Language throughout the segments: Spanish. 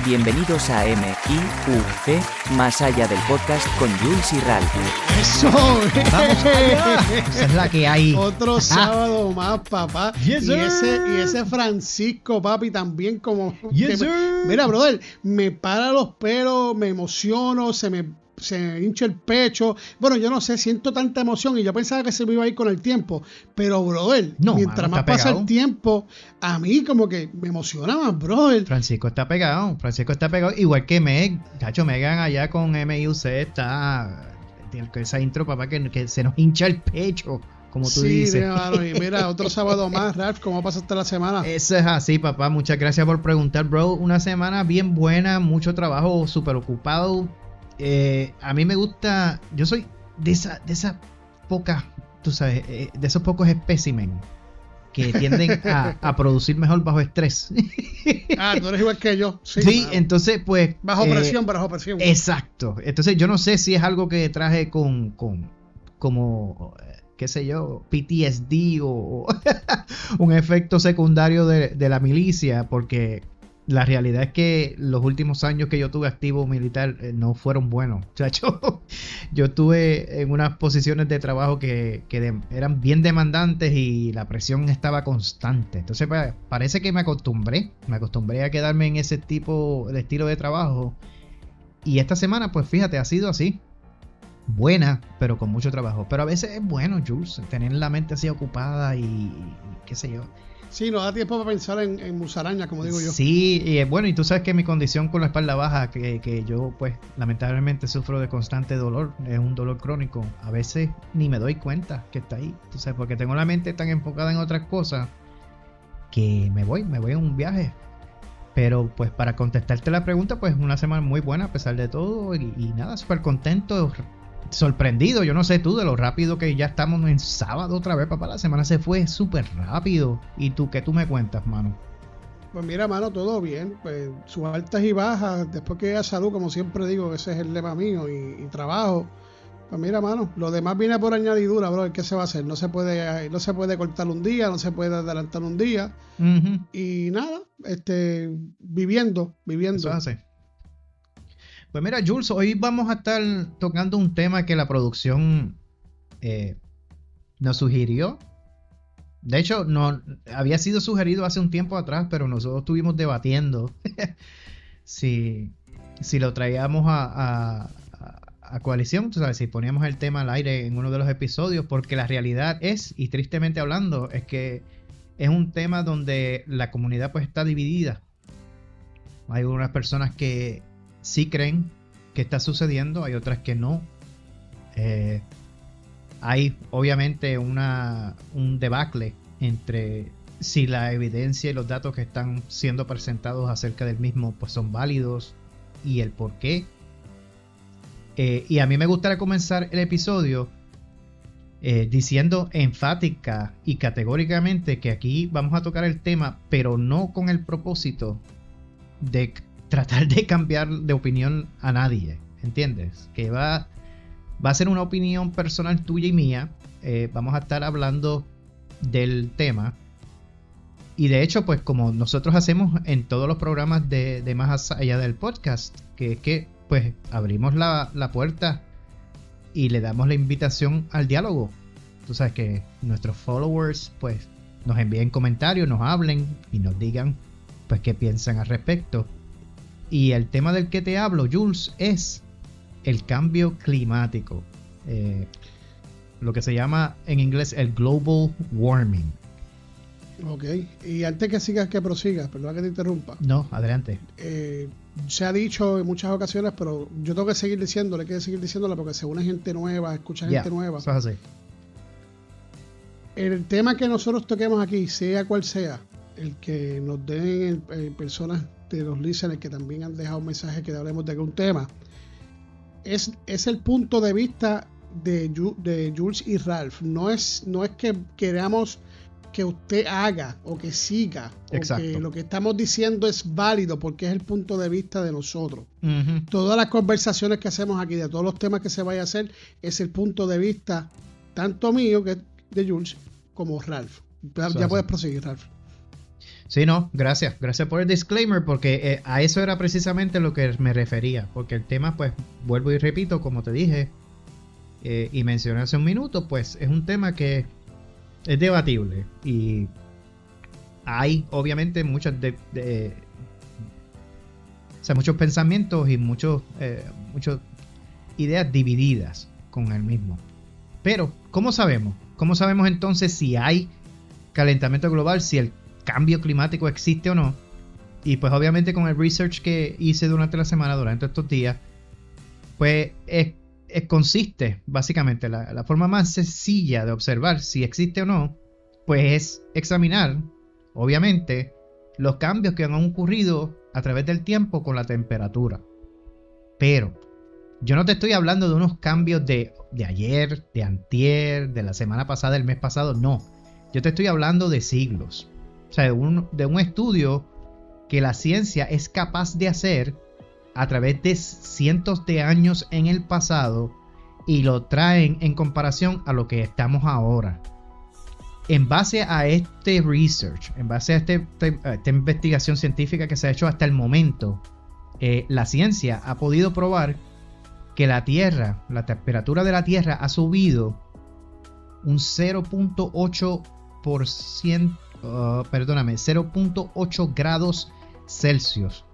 Bienvenidos a MIUC, más allá del podcast con Jules y Ralph. ¡Eso! ¡Vamos allá! Esa es la que hay. Otro sábado más, papá. Yes, y ese Francisco, papi, también como... Yes, sir. Mira, brother, me para los pelos, me emociono, se me hincha el pecho. Bueno, yo no sé, siento tanta emoción y yo pensaba que se me iba a ir con el tiempo. Pero, brother, No, mientras mano, más está pasa pegado. el tiempo, a mí como que me emociona más, brother. Francisco está pegado. Igual que Meg. Cacho, Megan allá con MIUC está... Tiene esa intro, papá, que se nos hincha el pecho, como tú dices. Hermano, y mira, otro sábado más, Ralph, ¿cómo pasaste la semana? Eso es así, papá. Muchas gracias por preguntar, bro. Una semana bien buena, mucho trabajo, súper ocupado. A mí me gusta... Yo soy de esas pocas, tú sabes, de esos pocos espécimen que tienden a producir mejor bajo estrés. Tú eres igual que yo. Sí, Sí, mano. entonces pues... Bajo presión. Exacto. Entonces yo no sé si es algo que traje como, qué sé yo, PTSD o un efecto secundario de la milicia, porque la realidad es que los últimos años que yo tuve activo militar no fueron buenos. O sea, yo estuve en unas posiciones de trabajo que eran bien demandantes y la presión estaba constante. Entonces parece que me acostumbré a quedarme en ese tipo de estilo de trabajo. Y esta semana, pues fíjate, ha sido así. Buena, pero con mucho trabajo. Pero a veces es bueno, Jules, tener la mente así ocupada y qué sé yo. Sí, nos da tiempo para pensar en musaraña, como digo yo. Sí, y bueno, y tú sabes que mi condición con la espalda baja, que yo pues lamentablemente sufro de constante dolor, es un dolor crónico. A veces ni me doy cuenta que está ahí, tú sabes, porque tengo la mente tan enfocada en otras cosas que me voy en un viaje. Pero pues para contestarte la pregunta, pues una semana muy buena a pesar de todo y nada, súper contento, sorprendido, yo no sé tú, de lo rápido que ya estamos en sábado otra vez, papá. La semana se fue súper rápido. ¿Y tú qué tú me cuentas, mano? Pues mira, mano, todo bien. Pues sus altas y bajas, después que llega salud, como siempre digo, ese es el lema mío y trabajo. Pues mira, mano, lo demás viene por añadidura, bro. ¿Qué se va a hacer? No se puede cortar un día, no se puede adelantar un día. Uh-huh. Y nada, viviendo. Eso es así. Pues mira, Jules, hoy vamos a estar tocando un tema que la producción nos sugirió. De hecho, no había sido sugerido hace un tiempo atrás, pero nosotros estuvimos debatiendo si lo traíamos a coalición, tú sabes, si poníamos el tema al aire en uno de los episodios, porque la realidad es, y tristemente hablando, es que es un tema donde la comunidad pues está dividida. Hay unas personas que sí creen que está sucediendo, hay otras que no. Hay obviamente un debacle entre si la evidencia y los datos que están siendo presentados acerca del mismo pues son válidos y el por qué. Y a mí me gustaría comenzar el episodio diciendo enfática y categóricamente que aquí vamos a tocar el tema, pero no con el propósito de tratar de cambiar de opinión a nadie, ¿entiendes? Que va a ser una opinión personal tuya y mía. Vamos a estar hablando del tema y de hecho pues como nosotros hacemos en todos los programas de más allá del podcast, que es que pues abrimos la puerta y le damos la invitación al diálogo. Tú sabes que nuestros followers pues nos envíen comentarios, nos hablen y nos digan pues qué piensan al respecto. Y el tema del que te hablo, Jules, es el cambio climático, lo que se llama en inglés el global warming. Ok, y antes que prosigas, perdón que te interrumpa. No, adelante. Se ha dicho en muchas ocasiones, pero yo tengo que seguir diciéndole, porque se une gente nueva, escucha gente nueva. Eso es así. El tema que nosotros toquemos aquí, sea cual sea, el que nos den personas de los listeners que también han dejado un mensaje que hablemos de algún tema, es el punto de vista de Jules y Ralph. No es que queramos que usted haga o que siga. Exacto. O que lo que estamos diciendo es válido porque es el punto de vista de nosotros. Uh-huh. Todas las conversaciones que hacemos aquí, de todos los temas que se vaya a hacer, es el punto de vista tanto mío, que es de Jules, como Ralph. Ya puedes proseguir, Ralph. Sí, no, gracias por el disclaimer, porque a eso era precisamente lo que me refería, porque el tema, pues, vuelvo y repito, como te dije y mencioné hace un minuto, pues es un tema que es debatible y hay obviamente muchos muchos pensamientos y muchas ideas divididas con el mismo. Pero, ¿cómo sabemos? ¿Cómo sabemos entonces si hay calentamiento global, si el cambio climático existe o no? Y pues obviamente con el research que hice durante la semana, durante estos días, pues consiste básicamente la forma más sencilla de observar si existe o no, pues es examinar obviamente los cambios que han ocurrido a través del tiempo con la temperatura. Pero yo no te estoy hablando de unos cambios de ayer, de antier, de la semana pasada, del mes pasado, no. Yo te estoy hablando de siglos. O sea, de un estudio que la ciencia es capaz de hacer a través de cientos de años en el pasado y lo traen en comparación a lo que estamos ahora. En base a este research, en base a esta investigación científica que se ha hecho hasta el momento, la ciencia ha podido probar que la temperatura de la Tierra ha subido un 0.8 grados Celsius.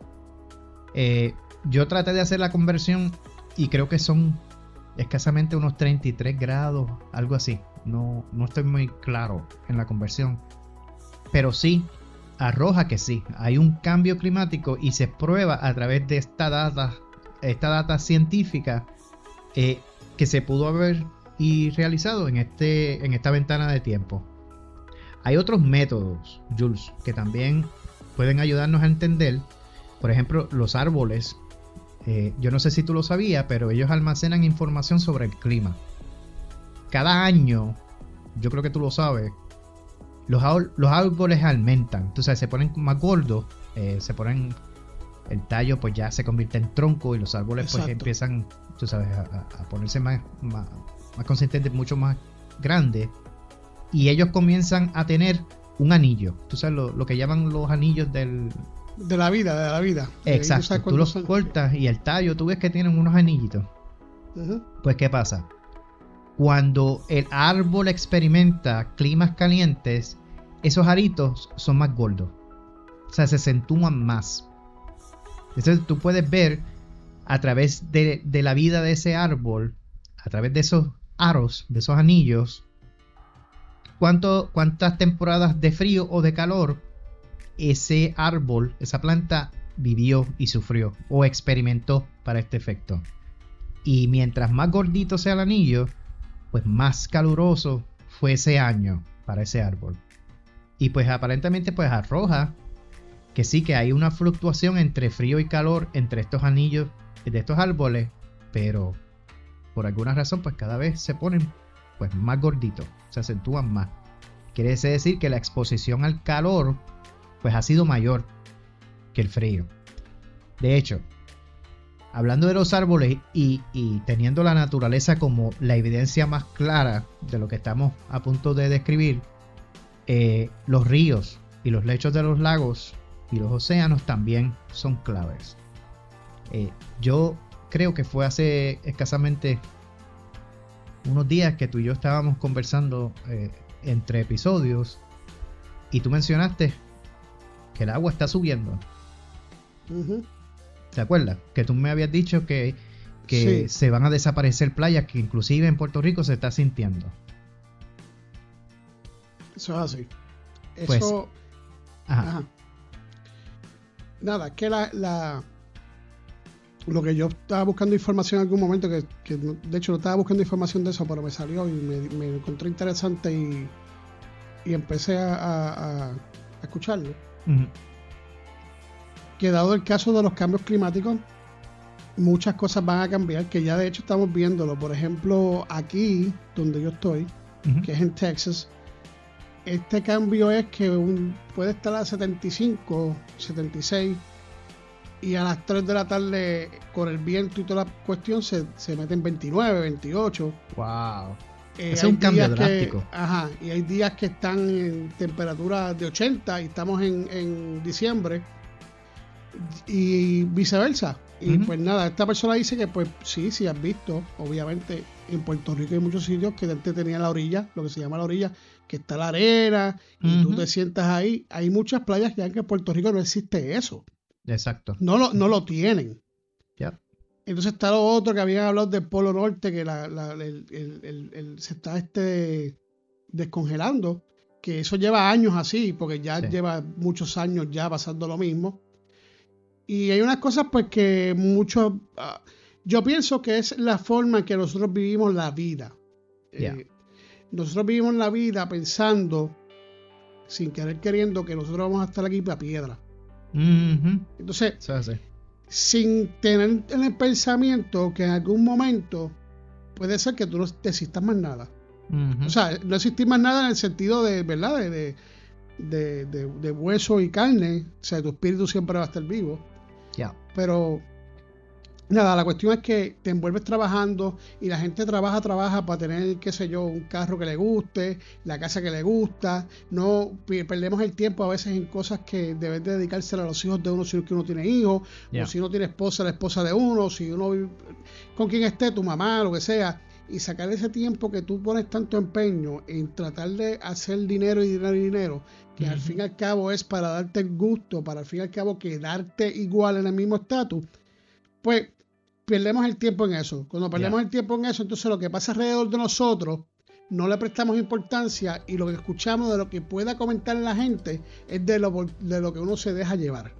Yo traté de hacer la conversión y creo que son escasamente unos 33 grados, algo así. No estoy muy claro en la conversión, pero sí arroja que sí, hay un cambio climático y se prueba a través de esta data científica que se pudo haber realizado en esta ventana de tiempo. Hay otros métodos, Jules, que también pueden ayudarnos a entender. Por ejemplo, los árboles. Yo no sé si tú lo sabías, pero ellos almacenan información sobre el clima. Cada año, yo creo que tú lo sabes, los árboles aumentan. Entonces se ponen más gordos, el tallo pues ya se convierte en tronco y los árboles pues empiezan, tú sabes, a ponerse más consistentes, mucho más grandes. Y ellos comienzan a tener un anillo. Tú sabes lo que llaman los anillos de la vida. Exacto, tú los cortas y el tallo, tú ves que tienen unos anillitos. Uh-huh. Pues ¿qué pasa? Cuando el árbol experimenta climas calientes, esos aritos son más gordos. O sea, se acentúan más. Entonces tú puedes ver a través de la vida de ese árbol, a través de esos aros, de esos anillos, cuántas temporadas de frío o de calor ese árbol, esa planta vivió y sufrió o experimentó para este efecto. Y mientras más gordito sea el anillo, pues más caluroso fue ese año para ese árbol. Y pues aparentemente pues arroja que sí, que hay una fluctuación entre frío y calor entre estos anillos de estos árboles, pero por alguna razón pues cada vez se ponen pues más gorditos, se acentúan más. Quiere decir que la exposición al calor pues ha sido mayor que el frío. De hecho, hablando de los árboles y teniendo la naturaleza como la evidencia más clara de lo que estamos a punto de describir, los ríos y los lechos de los lagos y los océanos también son claves. Yo creo que fue hace escasamente unos días que tú y yo estábamos conversando entre episodios y tú mencionaste que el agua está subiendo. Uh-huh. ¿Te acuerdas? Que tú me habías dicho que sí, se van a desaparecer playas, que inclusive en Puerto Rico se está sintiendo. Eso es así. Pues, eso. Ajá. Nada, que lo que yo estaba buscando información en algún momento, que de hecho no estaba buscando información de eso, pero me salió y me encontré interesante y empecé a escucharlo. Uh-huh. Que dado el caso de los cambios climáticos, muchas cosas van a cambiar, que ya de hecho estamos viéndolo. Por ejemplo, aquí donde yo estoy, uh-huh, que es en Texas, este cambio es que puede estar a 75, 76 y a las 3 de la tarde con el viento y toda la cuestión se mete en 29, 28. Wow. Es un cambio drástico. Y hay días que están en temperaturas de 80 y estamos en diciembre y viceversa. Y pues nada, esta persona dice que pues sí has visto, obviamente en Puerto Rico hay muchos sitios que antes tenían la orilla, lo que se llama la orilla, que está la arena y tú te sientas ahí. Hay muchas playas que en Puerto Rico no existe eso. Exacto. No lo tienen. Yep. Entonces está lo otro que habían hablado del Polo Norte, que se está descongelando, que eso lleva años así, porque ya lleva muchos años ya pasando lo mismo. Y hay unas cosas pues que muchos... yo pienso que es la forma en que nosotros vivimos la vida. Nosotros vivimos la vida pensando, sin querer queriendo, que nosotros vamos a estar aquí para piedra. Entonces, sin tener en el pensamiento que en algún momento puede ser que tú no existas más nada. O sea, no existir más nada en el sentido de, ¿verdad? De hueso y carne. O sea, tu espíritu siempre va a estar vivo. Pero nada, la cuestión es que te envuelves trabajando y la gente trabaja para tener, qué sé yo, un carro que le guste, la casa que le gusta. No perdemos el tiempo a veces en cosas que debes de dedicárselo a los hijos de uno si uno tiene hijos, o si uno tiene esposa, la esposa de uno, si uno vive con quien esté, tu mamá, lo que sea, y sacar ese tiempo que tú pones tanto empeño en tratar de hacer dinero, que al fin y al cabo es para darte el gusto, para al fin y al cabo quedarte igual en el mismo estatus, pues perdemos el tiempo en eso. Cuando perdemos el tiempo en eso, entonces lo que pasa alrededor de nosotros no le prestamos importancia y lo que escuchamos de lo que pueda comentar la gente es de lo que uno se deja llevar.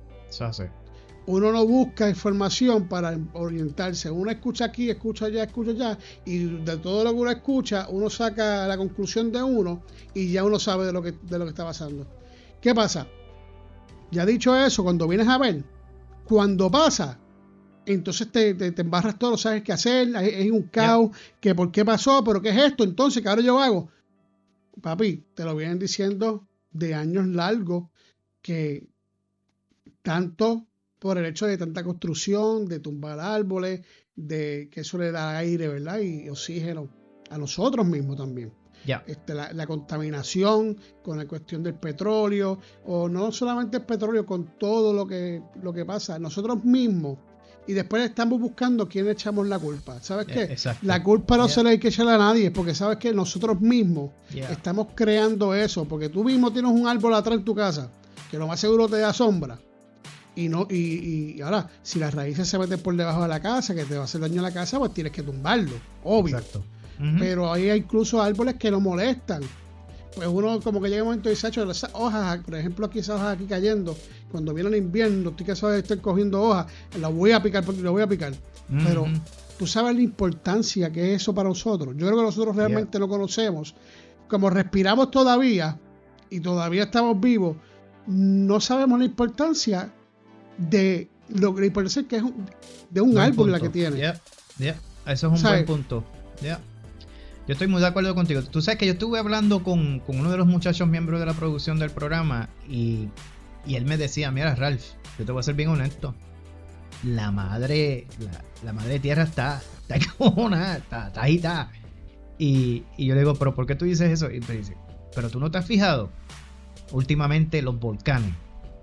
Uno no busca información para orientarse. Uno escucha aquí, escucha allá, y de todo lo que uno escucha, uno saca la conclusión de uno y ya uno sabe de lo que está pasando. ¿Qué pasa? Ya dicho eso, cuando vienes a ver, cuando pasa, entonces te embarras todo, no sabes qué hacer, hay un caos, que por qué pasó, pero qué es esto, entonces, ¿qué ahora yo hago? Papi, te lo vienen diciendo de años largos, que tanto por el hecho de tanta construcción, de tumbar árboles, de que eso le da aire, ¿verdad? Y oxígeno a nosotros mismos también. La contaminación con la cuestión del petróleo, o no solamente el petróleo, con todo lo que pasa, nosotros mismos. Y después estamos buscando quién le echamos la culpa. ¿Sabes qué? Exacto. La culpa no se le hay que echar a nadie, porque sabes que nosotros mismos estamos creando eso, porque tú mismo tienes un árbol atrás en tu casa, que lo más seguro te da sombra. Y ahora, si las raíces se meten por debajo de la casa, que te va a hacer daño a la casa, pues tienes que tumbarlo, obvio. Exacto. Pero hay incluso árboles que no molestan. Pues uno como que llega un momento y dice, esas hojas, por ejemplo, aquí esas hojas aquí cayendo, cuando viene el invierno, estoy cansado de estar cogiendo hojas, las voy a picar porque las voy a picar. Pero tú sabes la importancia que es eso para nosotros. Yo creo que nosotros realmente no conocemos. Como respiramos todavía y todavía estamos vivos, no sabemos la importancia de lo que es que es de un árbol la que tiene. Eso es un buen punto. Yo estoy muy de acuerdo contigo. Tú sabes que yo estuve hablando con uno de los muchachos miembros de la producción del programa y él me decía, mira Ralph, yo te voy a ser bien honesto, la madre tierra está cajonada, está agitada. Y yo le digo, pero ¿por qué tú dices eso? Y me dice, pero tú no te has fijado últimamente los volcanes.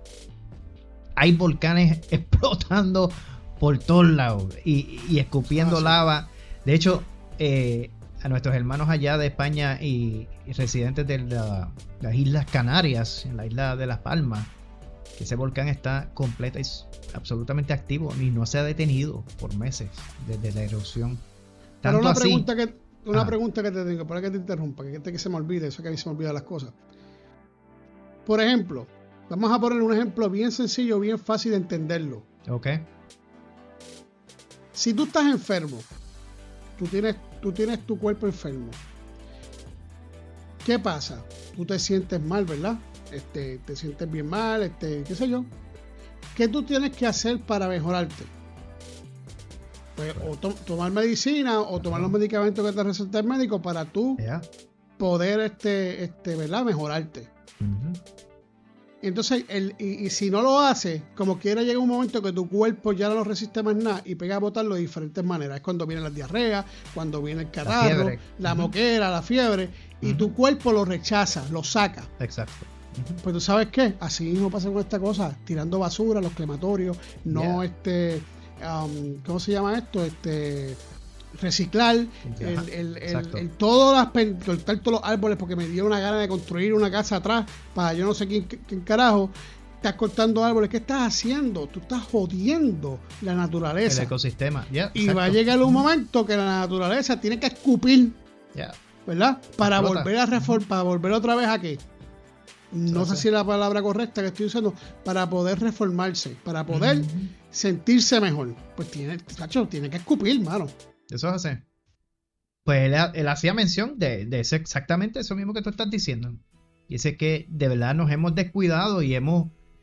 Hay volcanes explotando por todos lados y escupiendo lava. De hecho, a nuestros hermanos allá de España y residentes de las Islas Canarias, en la isla de Las Palmas, que ese volcán está completo y absolutamente activo y no se ha detenido por meses desde la erupción. Pero una pregunta que te tengo, para que te interrumpa, que se me olvide, eso que a mí se me olvidan las cosas. Por ejemplo, vamos a poner un ejemplo bien sencillo, bien fácil de entenderlo. Ok. Si tú estás enfermo, tú tienes tu cuerpo enfermo. ¿Qué pasa? Tú te sientes mal, ¿verdad? Te sientes bien mal, qué sé yo. ¿Qué tú tienes que hacer para mejorarte? Pues o tomar medicina o tomar los medicamentos que te receta el médico para tú poder ¿verdad? Mejorarte. Entonces, y si no lo hace, como quiera llega un momento que tu cuerpo ya no resiste más nada y pega a botarlo de diferentes maneras. Es cuando viene la diarrea, cuando viene el catarro, la moquera, la fiebre, y tu cuerpo lo rechaza, lo saca. Exacto. Pues tú sabes qué, así mismo pasa con esta cosa, tirando basura, los crematorios, no ¿cómo se llama esto? Reciclar, cortar todos los árboles porque me dio una gana de construir una casa atrás para yo no sé quién carajo. Estás cortando árboles, ¿qué estás haciendo? Tú estás jodiendo la naturaleza, el ecosistema. Y va a llegar un momento que la naturaleza tiene que escupir, ¿verdad? Para volver a reformar, para volver otra vez a qué. No sé si es la palabra correcta que estoy usando, para poder reformarse, para poder sentirse mejor. Pues tiene que escupir, mano. Eso es así. Pues él hacía mención de exactamente eso mismo que tú estás diciendo. Y es que de verdad nos hemos descuidado y hemos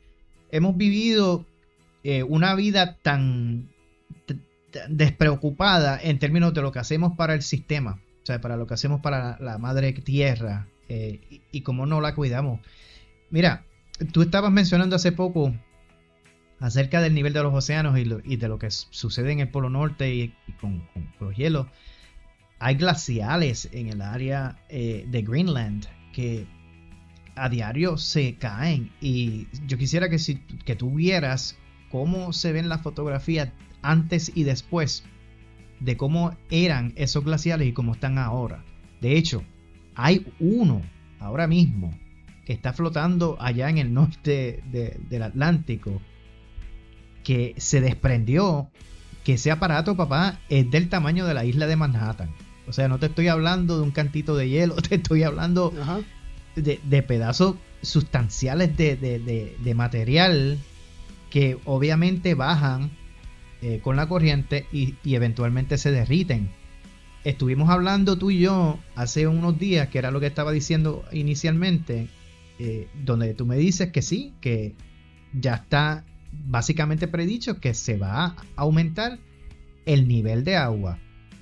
vivido una vida tan despreocupada en términos de lo que hacemos para el sistema, o sea, para lo que hacemos para la madre tierra, y cómo no la cuidamos. Mira, tú estabas mencionando hace poco acerca del nivel de los océanos y de lo que sucede en el Polo Norte y con los hielos. Hay glaciales en el área de Greenland que a diario se caen, y yo quisiera que tú vieras cómo se ven las fotografías antes y después de cómo eran esos glaciales y cómo están ahora. De hecho, hay uno ahora mismo que está flotando allá en el norte del Atlántico, que se desprendió, que ese aparato, papá, es del tamaño de la isla de Manhattan. O sea, no te estoy hablando de un cantito de hielo, te estoy hablando de pedazos sustanciales de material que obviamente bajan con la corriente y eventualmente se derriten. Estuvimos hablando tú y yo hace unos días, que era lo que estaba diciendo inicialmente, donde tú me dices que sí, que ya está básicamente predicho que se va a aumentar el nivel de agua,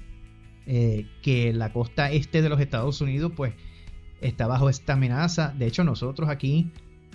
que la costa este de los Estados Unidos pues está bajo esta amenaza. De hecho, nosotros aquí,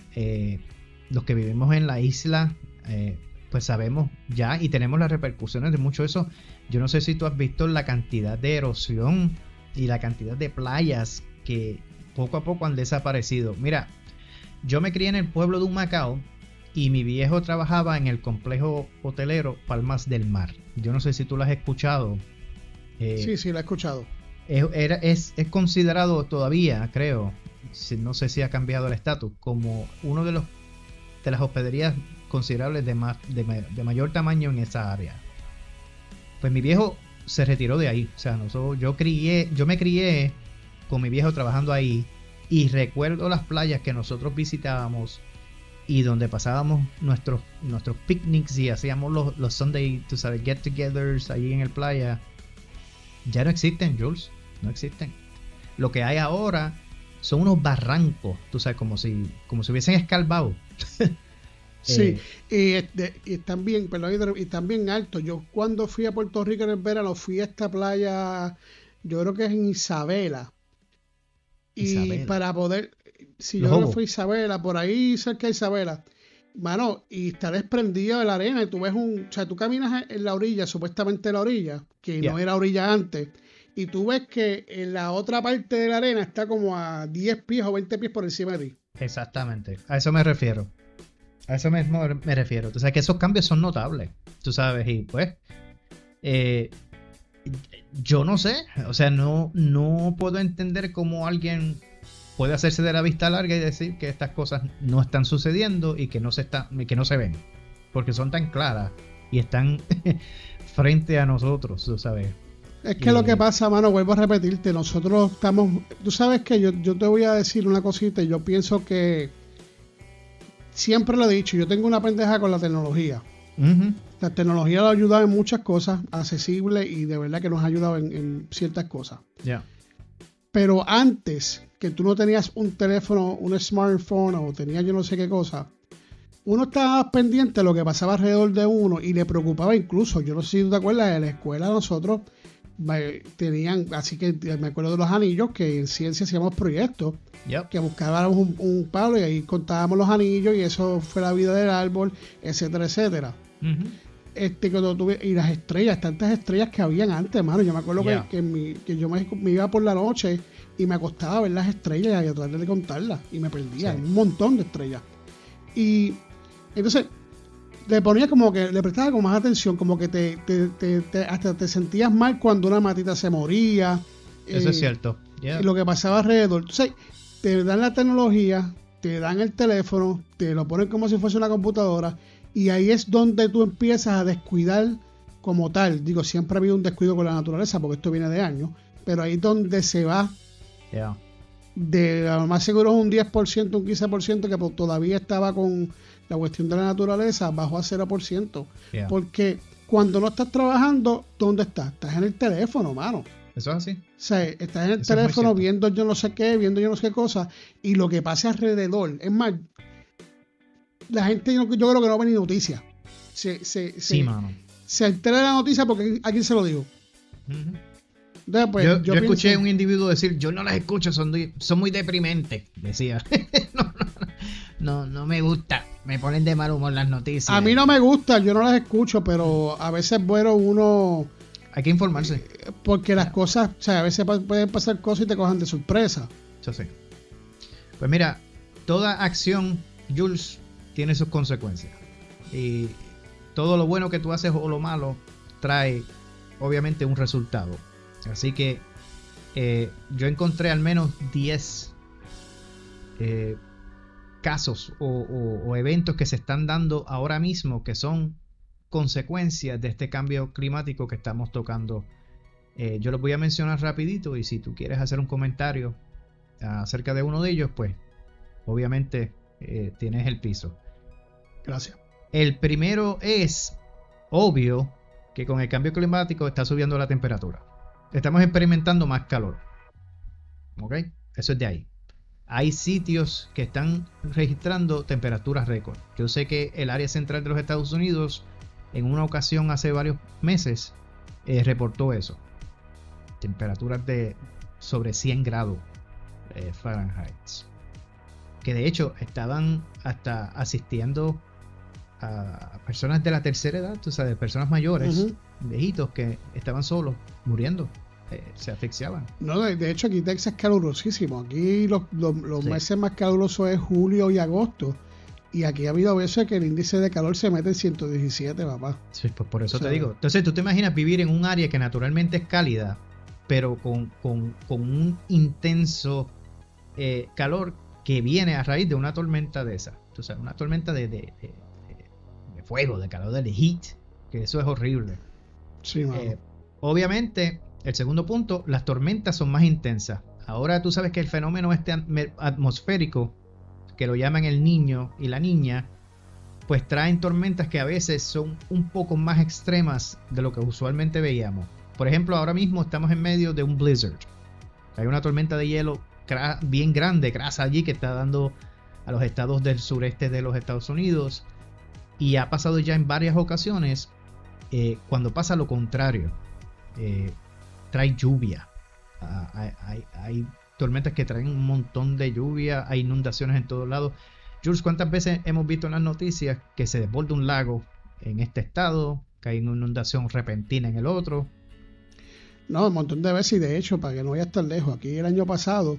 los que vivimos en la isla, pues sabemos ya y tenemos las repercusiones de mucho de eso. Yo no sé si tú has visto la cantidad de erosión y la cantidad de playas que poco a poco han desaparecido. Mira, yo me crié en el pueblo de Humacao y mi viejo trabajaba en el complejo hotelero Palmas del Mar. Yo no sé si tú lo has escuchado. Sí, lo he escuchado. Es considerado todavía, creo, no sé si ha cambiado el estatus, como uno de las hospederías considerables de mayor tamaño en esa área. Pues mi viejo se retiró de ahí. O sea, yo me crié con mi viejo trabajando ahí, y recuerdo las playas que nosotros visitábamos y donde pasábamos nuestros picnics y hacíamos los Sunday, tú sabes, get-togethers ahí en el playa. Ya no existen, Jules, no existen. Lo que hay ahora son unos barrancos, tú sabes, como si hubiesen escalvado. Sí, y están bien, perdón, y también alto. Yo cuando fui a Puerto Rico en el verano fui a esta playa, yo creo que es en Isabela. Para poder, si yo no fui a Isabela, por ahí cerca de Isabela, mano, y está desprendido de la arena, y tú ves o sea, tú caminas en la orilla, supuestamente la orilla, que no era orilla antes, y tú ves que en la otra parte de la arena está como a 10 pies o 20 pies por encima de ti. Exactamente, a eso me refiero. A eso mismo me refiero. O sea, que esos cambios son notables, tú sabes, y pues yo no sé, o sea, no puedo entender cómo alguien puede hacerse de la vista larga y decir que estas cosas no están sucediendo y que no se ven, porque son tan claras y están frente a nosotros, tú sabes. Es que lo que pasa, mano, vuelvo a repetirte, nosotros estamos, tú sabes que yo te voy a decir una cosita, y yo pienso que siempre lo he dicho, yo tengo una pendeja con la tecnología. La tecnología nos ha ayudado en muchas cosas, accesible, y de verdad que nos ha ayudado en ciertas cosas. Pero antes, que tú no tenías un teléfono, un smartphone, o tenías yo no sé qué cosa, uno estaba pendiente de lo que pasaba alrededor de uno y le preocupaba incluso. Yo no sé si tú te acuerdas, de la escuela nosotros tenían, así que me acuerdo de los anillos, que en ciencia hacíamos proyectos, que buscábamos un palo y ahí contábamos los anillos y eso fue la vida del árbol, etcétera, etcétera. Cuando tuve, y las estrellas, tantas estrellas que habían antes, mano. Yo me acuerdo que yo me iba por la noche y me acostaba a ver las estrellas y a tratar de contarlas y me perdía un montón de estrellas. Y entonces le ponía como que, le prestaba como más atención, como que hasta te sentías mal cuando una matita se moría. Eso es cierto. Lo que pasaba alrededor. Entonces, te dan la tecnología, te dan el teléfono, te lo ponen como si fuese una computadora, y ahí es donde tú empiezas a descuidar como tal. Digo, siempre ha habido un descuido con la naturaleza, porque esto viene de años, pero ahí es donde se va. De lo más seguro es un 10%, un 15% que todavía estaba con la cuestión de la naturaleza, bajó a 0%. Porque cuando no estás trabajando, ¿dónde estás? Estás en el teléfono, mano. Eso es así. O sea, estás en el teléfono viendo yo no sé qué, viendo yo no sé qué cosas, y lo que pasa alrededor. Es más, la gente yo creo que no ve ni noticias. Mano. Se entera de la noticia porque a quién se lo digo. Entonces, pues, yo escuché a un individuo decir, yo no las escucho, son muy deprimentes, decía. No me gusta, me ponen de mal humor las noticias. A mí no me gusta, yo no las escucho, pero a veces, bueno, uno... Hay que informarse. Porque las cosas, o sea, a veces pueden pasar cosas y te cojan de sorpresa. Eso sí. Pues mira, toda acción, Jules, tiene sus consecuencias. Y todo lo bueno que tú haces o lo malo trae, obviamente, un resultado. Así que yo encontré al menos 10 casos o eventos que se están dando ahora mismo que son consecuencias de este cambio climático que estamos tocando. Yo los voy a mencionar rapidito, y si tú quieres hacer un comentario acerca de uno de ellos, pues obviamente tienes el piso. Gracias. El primero es obvio que con el cambio climático está subiendo la temperatura. Estamos experimentando más calor. ¿Ok? Eso es de ahí. Hay sitios que están registrando temperaturas récord. Yo sé que el área central de los Estados Unidos, en una ocasión hace varios meses, reportó eso. Temperaturas de sobre 100 grados Fahrenheit. Que de hecho estaban hasta asistiendo a personas de la tercera edad, o sea, de personas mayores, viejitos que estaban solos, muriendo, se asfixiaban. No, de hecho aquí Texas es calurosísimo. Aquí los meses más calurosos es julio y agosto. Y aquí ha habido veces que el índice de calor se mete en 117, papá. Sí, pues por eso te digo. Entonces tú te imaginas vivir en un área que naturalmente es cálida, pero con un intenso calor que viene a raíz de una tormenta de esa. O sea, una tormenta de fuego, de calor, de heat, que eso es horrible. Sí, obviamente, el segundo punto, las tormentas son más intensas. Ahora tú sabes que el fenómeno atmosférico, que lo llaman el niño y la niña, pues traen tormentas que a veces son un poco más extremas de lo que usualmente veíamos. Por ejemplo, ahora mismo estamos en medio de un blizzard. Hay una tormenta de hielo bien grande, grasa allí, que está dando a los estados del sureste de los Estados Unidos. Y ha pasado ya en varias ocasiones, cuando pasa lo contrario, trae lluvia. Hay tormentas que traen un montón de lluvia, hay inundaciones en todos lados. Jules, ¿cuántas veces hemos visto en las noticias que se desborda un lago en este estado, que hay una inundación repentina en el otro? No, un montón de veces, y de hecho, para que no vayas tan lejos, aquí el año pasado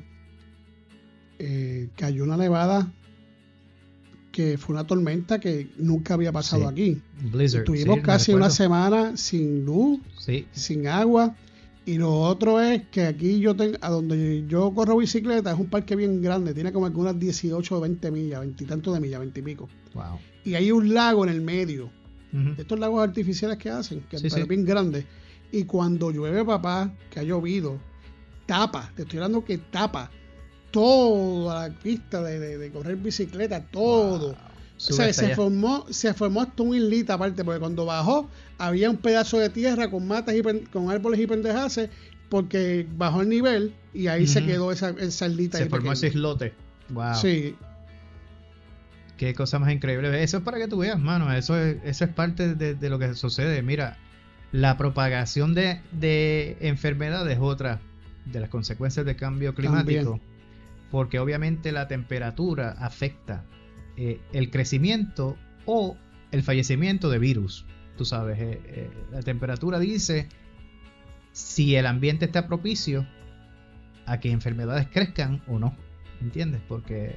cayó una nevada que fue una tormenta que nunca había pasado aquí. Blizzard. Estuvimos casi una semana sin luz, sin agua. Y lo otro es que aquí a donde yo corro bicicleta es un parque bien grande, tiene como unas 18 o 20 millas, 20 y tanto de millas, 20 y pico. Wow. Y hay un lago en el medio, de estos lagos artificiales que hacen, que es bien grande. Y cuando llueve, papá, que ha llovido, tapa, te estoy hablando que tapa toda la pista de correr bicicleta, todo. Wow. O sea, se formó hasta un islita aparte, porque cuando bajó había un pedazo de tierra con matas y con árboles y pendejaces, porque bajó el nivel y ahí se quedó esa islita. Se formó ese islote. Wow. Sí. Qué cosa más increíble. Eso es para que tú veas, mano. Eso es parte de lo que sucede. Mira, La propagación de enfermedades es otra de las consecuencias del cambio climático, También. porque obviamente la temperatura afecta el crecimiento o el fallecimiento de virus. Tú sabes, la temperatura dice si el ambiente está propicio a que enfermedades crezcan o no, ¿entiendes? Porque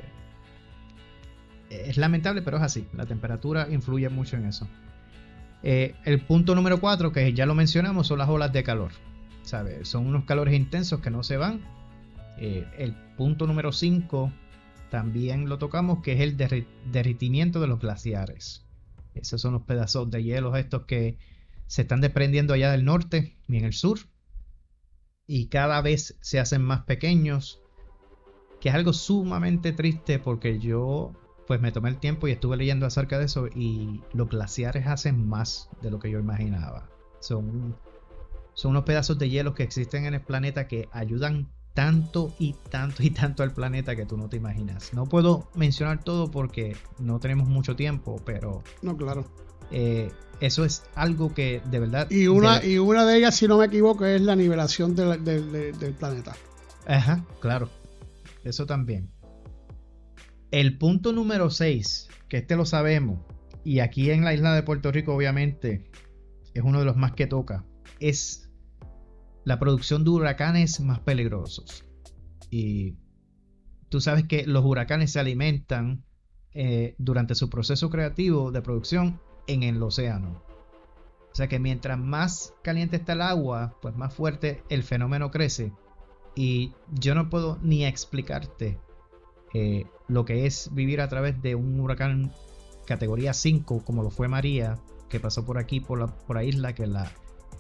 es lamentable, pero es así. La temperatura influye mucho en eso. El punto número 4, que ya lo mencionamos, son las olas de calor, ¿sabes? Son unos calores intensos que no se van. El punto número 5 también lo tocamos, que es el derretimiento de los glaciares. Esos son los pedazos de hielo estos que se están desprendiendo allá del norte y en el sur, y cada vez se hacen más pequeños, que es algo sumamente triste, porque yo pues me tomé el tiempo y estuve leyendo acerca de eso, y los glaciares hacen más de lo que yo imaginaba. Son unos pedazos de hielo que existen en el planeta que ayudan tanto y tanto y tanto al planeta que tú no te imaginas. No puedo mencionar todo porque no tenemos mucho tiempo, pero No, claro. eso es algo que de verdad... Y una de ellas, si no me equivoco, es la nivelación del planeta. Ajá, claro. Eso también. El punto número 6, que este lo sabemos, y aquí en la isla de Puerto Rico obviamente es uno de los más que toca, es la producción de huracanes más peligrosos. Y tú sabes que los huracanes se alimentan durante su proceso creativo de producción en el océano. O sea que mientras más caliente está el agua, pues más fuerte el fenómeno crece. Y yo no puedo ni explicarte lo que es vivir a través de un huracán categoría 5 como lo fue María, que pasó por aquí, por la isla, que la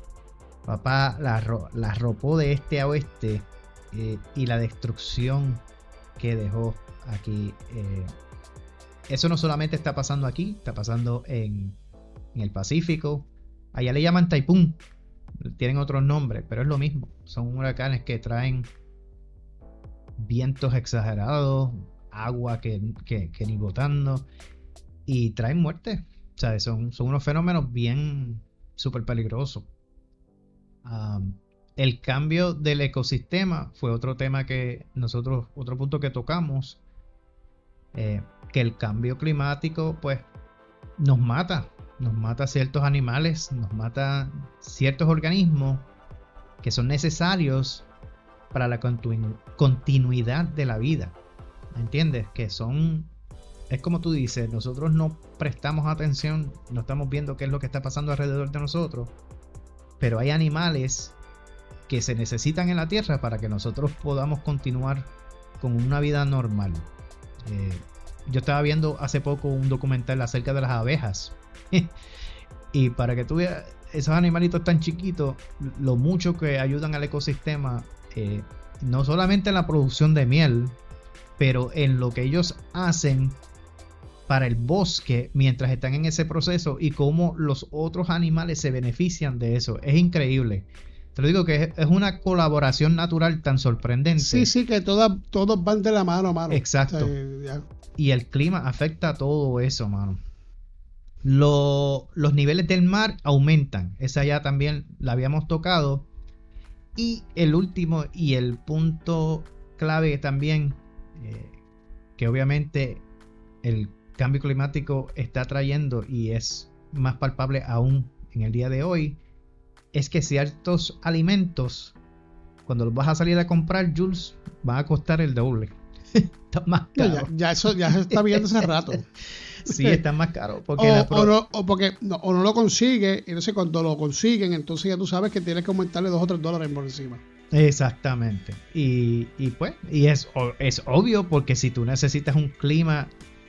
arropó de este a oeste, y la destrucción que dejó aquí. Eso no solamente está pasando aquí, está pasando en el Pacífico. Allá le llaman taipún, tienen otros nombres, pero es lo mismo. Son huracanes que traen vientos exagerados, agua que ni botando, y traen muerte. O sea, son unos fenómenos bien súper peligrosos. El cambio del ecosistema fue otro tema que otro punto que tocamos, que el cambio climático pues nos mata ciertos animales, nos mata ciertos organismos que son necesarios para la continuidad de la vida, ¿entiendes? Es como tú dices, nosotros no prestamos atención, no estamos viendo qué es lo que está pasando alrededor de nosotros, pero hay animales que se necesitan en la tierra para que nosotros podamos continuar con una vida normal. Yo estaba viendo hace poco un documental acerca de las abejas y para que tú veas esos animalitos tan chiquitos, lo mucho que ayudan al ecosistema, no solamente en la producción de miel, pero en lo que ellos hacen para el bosque mientras están en ese proceso, y cómo los otros animales se benefician de eso. Es increíble. Te lo digo que es una colaboración natural tan sorprendente. Sí, que todos van de la mano a mano. Exacto. O sea, y el clima afecta a todo eso, mano. Los niveles del mar aumentan. Esa ya también la habíamos tocado. Y el último y el punto clave también, que obviamente el cambio climático está trayendo y es más palpable aún en el día de hoy, es que ciertos alimentos, cuando los vas a salir a comprar, Jules, van a costar el doble. Están más caros. Ya se está viendo hace rato. Sí, están más caros. Porque o no lo consigue, y entonces cuando lo consiguen, entonces ya tú sabes que tienes que aumentarle $2 o $3 por encima. Exactamente. Y pues, y es obvio, porque si tú necesitas un clima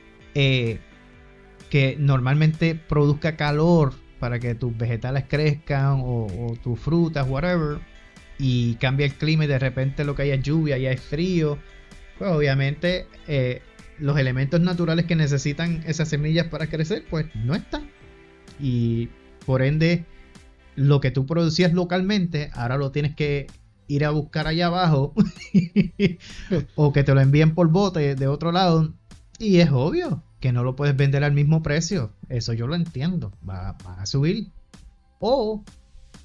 que normalmente produzca calor para que tus vegetales crezcan, o tus frutas, whatever, y cambia el clima y de repente lo que hay es lluvia y hay frío, pues obviamente los elementos naturales que necesitan esas semillas para crecer pues no están, y por ende lo que tú producías localmente ahora lo tienes que ir a buscar allá abajo o que te lo envíen por bote de otro lado, y es obvio que no lo puedes vender al mismo precio. Eso yo lo entiendo, va a subir. O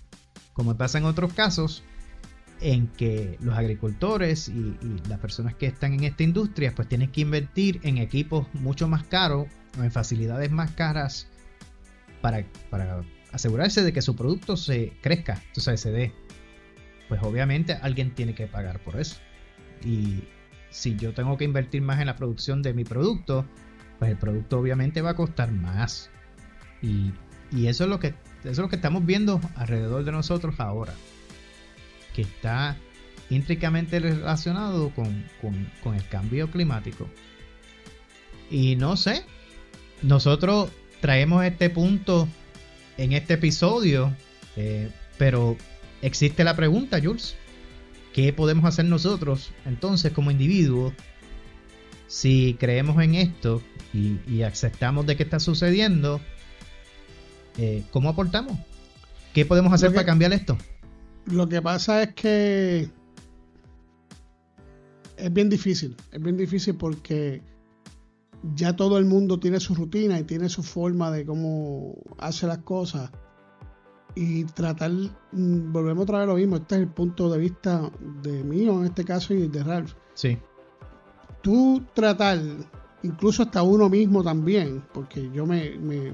como pasa en otros casos, en que los agricultores y las personas que están en esta industria pues tienen que invertir en equipos mucho más caros o en facilidades más caras para asegurarse de que su producto se crezca, o sea, se dé. Pues obviamente alguien tiene que pagar por eso. Y si yo tengo que invertir más en la producción de mi producto, pues el producto obviamente va a costar más. Y eso es lo que estamos viendo alrededor de nosotros ahora, que está íntricamente relacionado con el cambio climático. Y no sé, nosotros traemos este punto en este episodio, pero existe la pregunta, Jules, ¿qué podemos hacer nosotros entonces como individuos si creemos en esto y aceptamos de qué está sucediendo? ¿Cómo aportamos? ¿Qué podemos hacer para cambiar esto? Lo que pasa es que es bien difícil porque ya todo el mundo tiene su rutina y tiene su forma de cómo hace las cosas, y tratar, volvemos otra vez a lo mismo, este es el punto de vista de mío en este caso y de Ralph. Sí. Tú tratar, incluso hasta uno mismo también, porque yo me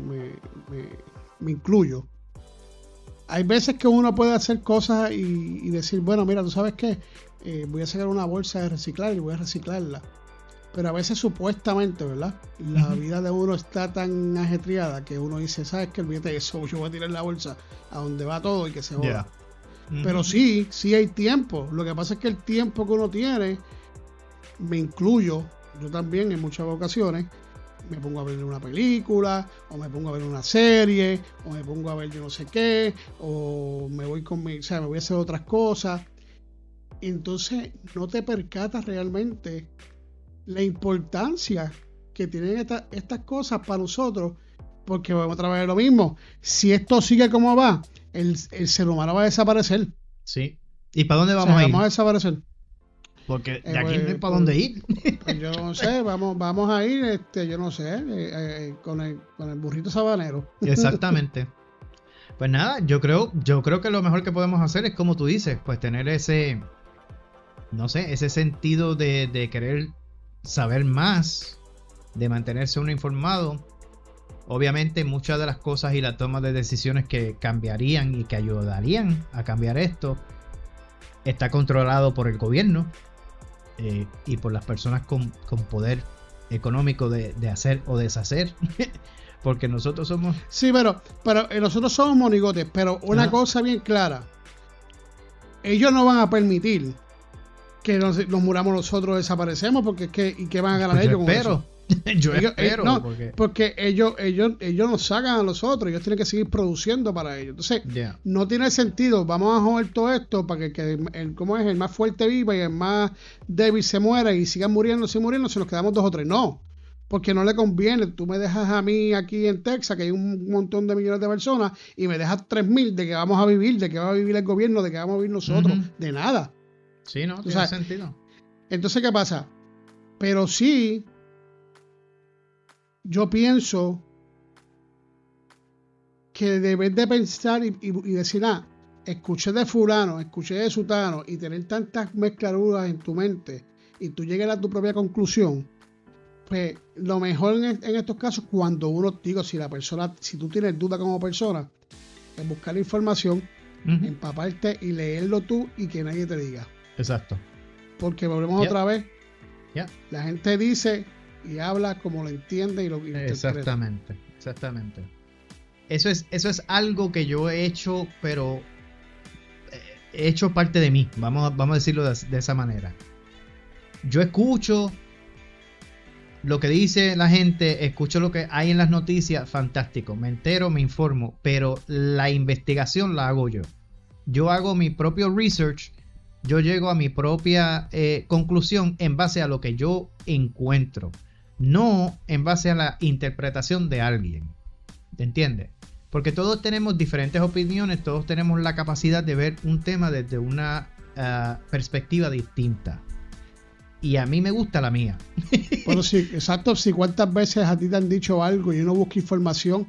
incluyo. Hay veces que uno puede hacer cosas y decir, bueno, mira, tú sabes qué, voy a sacar una bolsa de reciclar y voy a reciclarla. Pero a veces supuestamente, ¿verdad? La vida de uno está tan ajetreada que uno dice, ¿sabes qué? Olvídate de eso, yo voy a tirar la bolsa a donde va todo y que se joda. Yeah. Pero sí hay tiempo. Lo que pasa es que el tiempo que uno tiene, me incluyo, yo también en muchas ocasiones, me pongo a ver una película, o me pongo a ver una serie, o me pongo a ver yo no sé qué, o me voy me voy a hacer otras cosas. Entonces no te percatas realmente la importancia que tienen estas cosas para nosotros, porque vamos a trabajar lo mismo. Si esto sigue como va, el ser humano va a desaparecer. Sí. ¿Y para dónde vamos a ir? Vamos a desaparecer. Porque de aquí no hay para dónde ir. Pues yo no sé, vamos a ir, yo no sé, con el burrito sabanero. Exactamente. Pues nada, yo creo que lo mejor que podemos hacer es, como tú dices, pues tener ese sentido de querer saber más, de mantenerse uno informado. Obviamente muchas de las cosas y la toma de decisiones que cambiarían y que ayudarían a cambiar esto está controlado por el gobierno y por las personas con poder económico de hacer o deshacer. Porque nosotros somos... Sí, pero nosotros somos monigotes. Pero una cosa bien clara, ellos no van a permitir que nos muramos nosotros, desaparecemos, porque es que, ¿y qué van a ganar ellos con eso? Yo espero. Porque ellos nos sacan a nosotros, ellos tienen que seguir produciendo para ellos. Entonces, no tiene sentido, vamos a joder todo esto para que el más fuerte viva y el más débil se muera y sigan muriendo, si nos quedamos 2 o 3. No, porque no le conviene. Tú me dejas a mí aquí en Texas, que hay un montón de millones de personas, y me dejas 3,000 de que vamos a vivir, de que va a vivir el gobierno, de que vamos a vivir nosotros, de nada. Sí, no, tiene sentido. Entonces, ¿qué pasa? Pero sí, yo pienso que debes de pensar y decir, escuché de fulano, escuché de sutano, y tener tantas mezcladuras en tu mente y tú llegues a tu propia conclusión. Pues lo mejor en estos casos, cuando uno, si tú tienes duda como persona, es buscar la información, empaparte y leerlo tú y que nadie te diga. Exacto. Porque volvemos otra vez. La gente dice y habla como lo entiende y lo Exactamente. Eso es algo que yo he hecho, pero he hecho parte de mí. Vamos a decirlo de esa manera. Yo escucho lo que dice la gente, escucho lo que hay en las noticias, fantástico. Me entero, me informo, pero la investigación la hago yo. Yo hago mi propio research. Yo llego a mi propia conclusión en base a lo que yo encuentro, no en base a la interpretación de alguien. ¿Entiendes? Porque todos tenemos diferentes opiniones, todos tenemos la capacidad de ver un tema desde una perspectiva distinta. Y a mí me gusta la mía. Bueno, sí, exacto. Si cuántas veces a ti te han dicho algo y uno busca información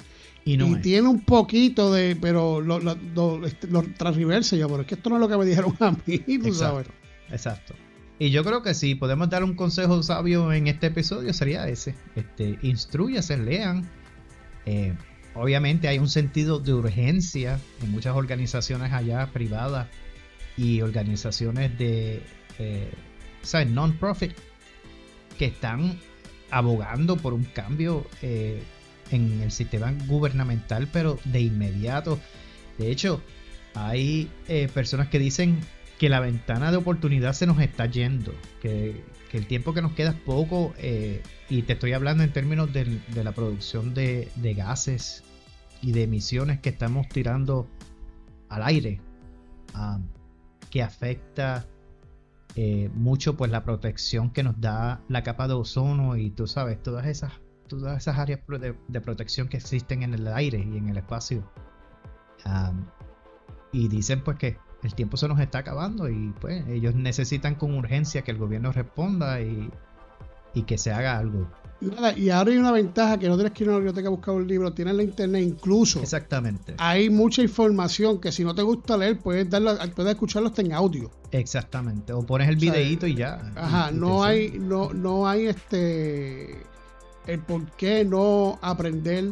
Y tiene un poquito de, pero lo transreversa yo, pero es que esto no es lo que me dijeron a mí, tú sabes. Exacto. Y yo creo que si podemos dar un consejo sabio en este episodio sería ese. Instrúyase, lean. Obviamente hay un sentido de urgencia en muchas organizaciones allá privadas y organizaciones de non-profit que están abogando por un cambio en el sistema gubernamental, pero de inmediato. De hecho, hay personas que dicen que la ventana de oportunidad se nos está yendo, que el tiempo que nos queda es poco, y te estoy hablando en términos de la producción de gases y de emisiones que estamos tirando al aire, que afecta mucho pues la protección que nos da la capa de ozono y tú sabes, todas esas áreas de protección que existen en el aire y en el espacio. Y dicen pues que el tiempo se nos está acabando y pues ellos necesitan con urgencia que el gobierno responda y que se haga algo. Nada, y ahora hay una ventaja que no tienes que ir a una biblioteca a buscar un libro, tienes la internet incluso. Exactamente. Hay mucha información que si no te gusta leer puedes escucharlo hasta en audio. Exactamente. O pones el videíto y ya. Ajá, no hay el por qué no aprender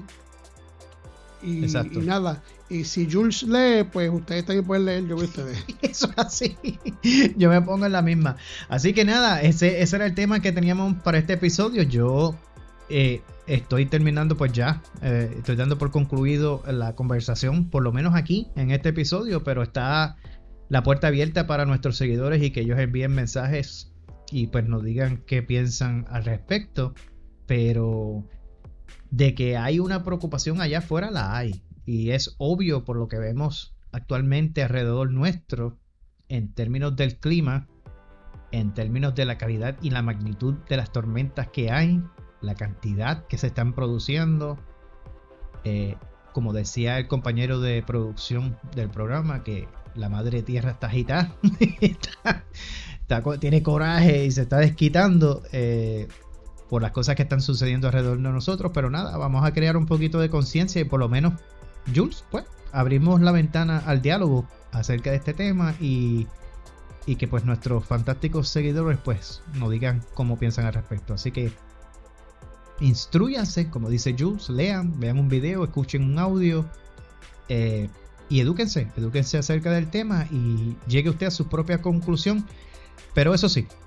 y nada. Y si Jules lee, pues ustedes también pueden leer, yo vi ustedes. Eso es así. Yo me pongo en la misma. Así que nada, ese era el tema que teníamos para este episodio. Yo estoy terminando pues ya. Estoy dando por concluido la conversación, por lo menos aquí, en este episodio. Pero está la puerta abierta para nuestros seguidores y que ellos envíen mensajes y pues nos digan qué piensan al respecto. Pero de que hay una preocupación allá afuera, la hay. Y es obvio por lo que vemos actualmente alrededor nuestro en términos del clima, en términos de la calidad y la magnitud de las tormentas que hay, la cantidad que se están produciendo. Como decía el compañero de producción del programa, que la madre tierra está agitada, tiene coraje y se está desquitando por las cosas que están sucediendo alrededor de nosotros. Pero nada, vamos a crear un poquito de conciencia y por lo menos Jules, pues abrimos la ventana al diálogo acerca de este tema y que pues nuestros fantásticos seguidores pues nos digan cómo piensan al respecto. Así que instrúyanse, como dice Jules, lean, vean un video, escuchen un audio y edúquense acerca del tema y llegue usted a su propia conclusión. Pero eso sí,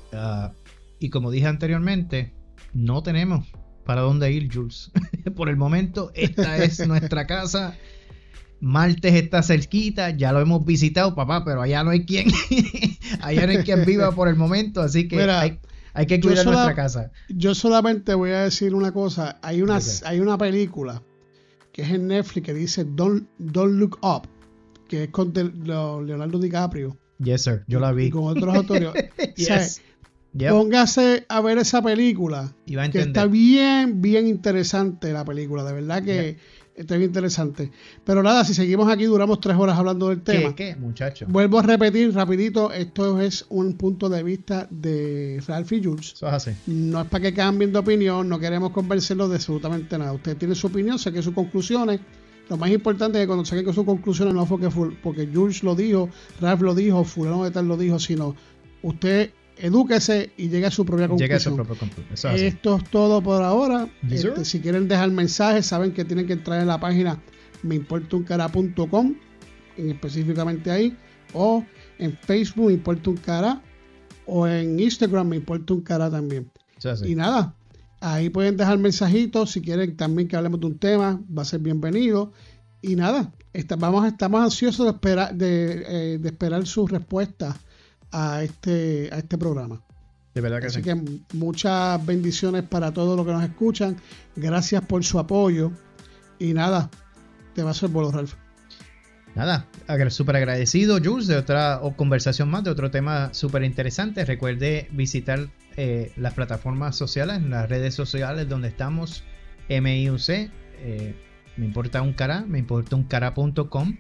y como dije anteriormente, no tenemos para dónde ir, Jules. Por el momento, esta es nuestra casa. Martes está cerquita, ya lo hemos visitado, papá, pero allá no hay quien. Allá no hay quien viva por el momento, así que mira, hay que cuidar nuestra casa. Yo solamente voy a decir una cosa. Hay una película que es en Netflix que dice Don't Look Up, que es con Leonardo DiCaprio. Yes, sir. Yo la vi. Y con otros autores. Yes. O sea, yep. Póngase a ver esa película, que está bien interesante la película, de verdad que está bien interesante. Pero nada, si seguimos aquí duramos 3 horas hablando del tema. ¿Qué, muchacho? Vuelvo a repetir rapidito, esto es un punto de vista de Ralph y Jules. Eso es así. No es para que cambien de opinión, no queremos convencerlos de absolutamente nada. Usted tiene su opinión, saque sus conclusiones. Lo más importante es que cuando saquen sus conclusiones no fue porque Jules lo dijo, Ralph lo dijo, fulano de tal lo dijo, sino usted edúquese y llegue a su propia conclusión. Esto es todo por ahora. Si quieren dejar mensajes, saben que tienen que entrar en la página meimportauncara.com, específicamente ahí, o en Facebook Me Importa un Cara, o en Instagram Me Importa un Cara también. Y nada, ahí pueden dejar mensajitos. Si quieren también que hablemos de un tema, va a ser bienvenido. Y nada, estamos ansiosos de esperar sus respuestas a este programa. De verdad que Así sí. que muchas bendiciones para todos los que nos escuchan. Gracias por su apoyo. Y nada, te va a hacer bolo, Ralph. Nada, súper agradecido, Jules, de otra conversación más, de otro tema súper interesante. Recuerde visitar las plataformas sociales, las redes sociales donde estamos, MIUC, Me Importa un Cara, meimportauncara.com,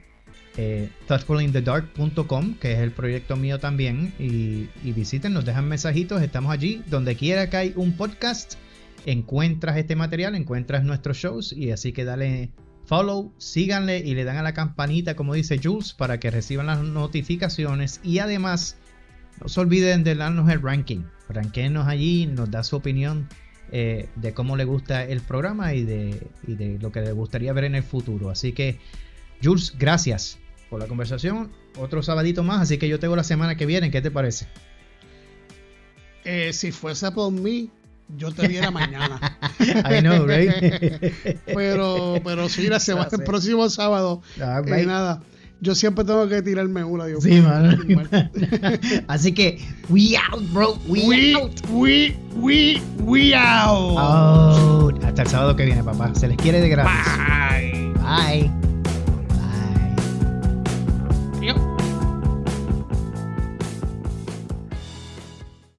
thoughtfulinthedark.com, que es el proyecto mío también, y visiten, nos dejan mensajitos, estamos allí, donde quiera que hay un podcast, encuentras este material, encuentras nuestros shows, y así que dale follow, síganle y le dan a la campanita, como dice Jules, para que reciban las notificaciones. Y además, no se olviden de darnos el ranking. Ranquenos allí, nos da su opinión de cómo le gusta el programa y de lo que le gustaría ver en el futuro. Así que, Jules, gracias por la conversación. Otro sabadito más, así que yo te veo la semana que viene. ¿Qué te parece? Si fuese por mí, yo te viera mañana. I know, right? pero sí, el próximo sábado. Right. Nada, yo siempre tengo que tirarme una. Dios sí, mano. Así que, we out, bro. We out. Out. Hasta el sábado que viene, papá. Se les quiere de gratis. Bye. Bye.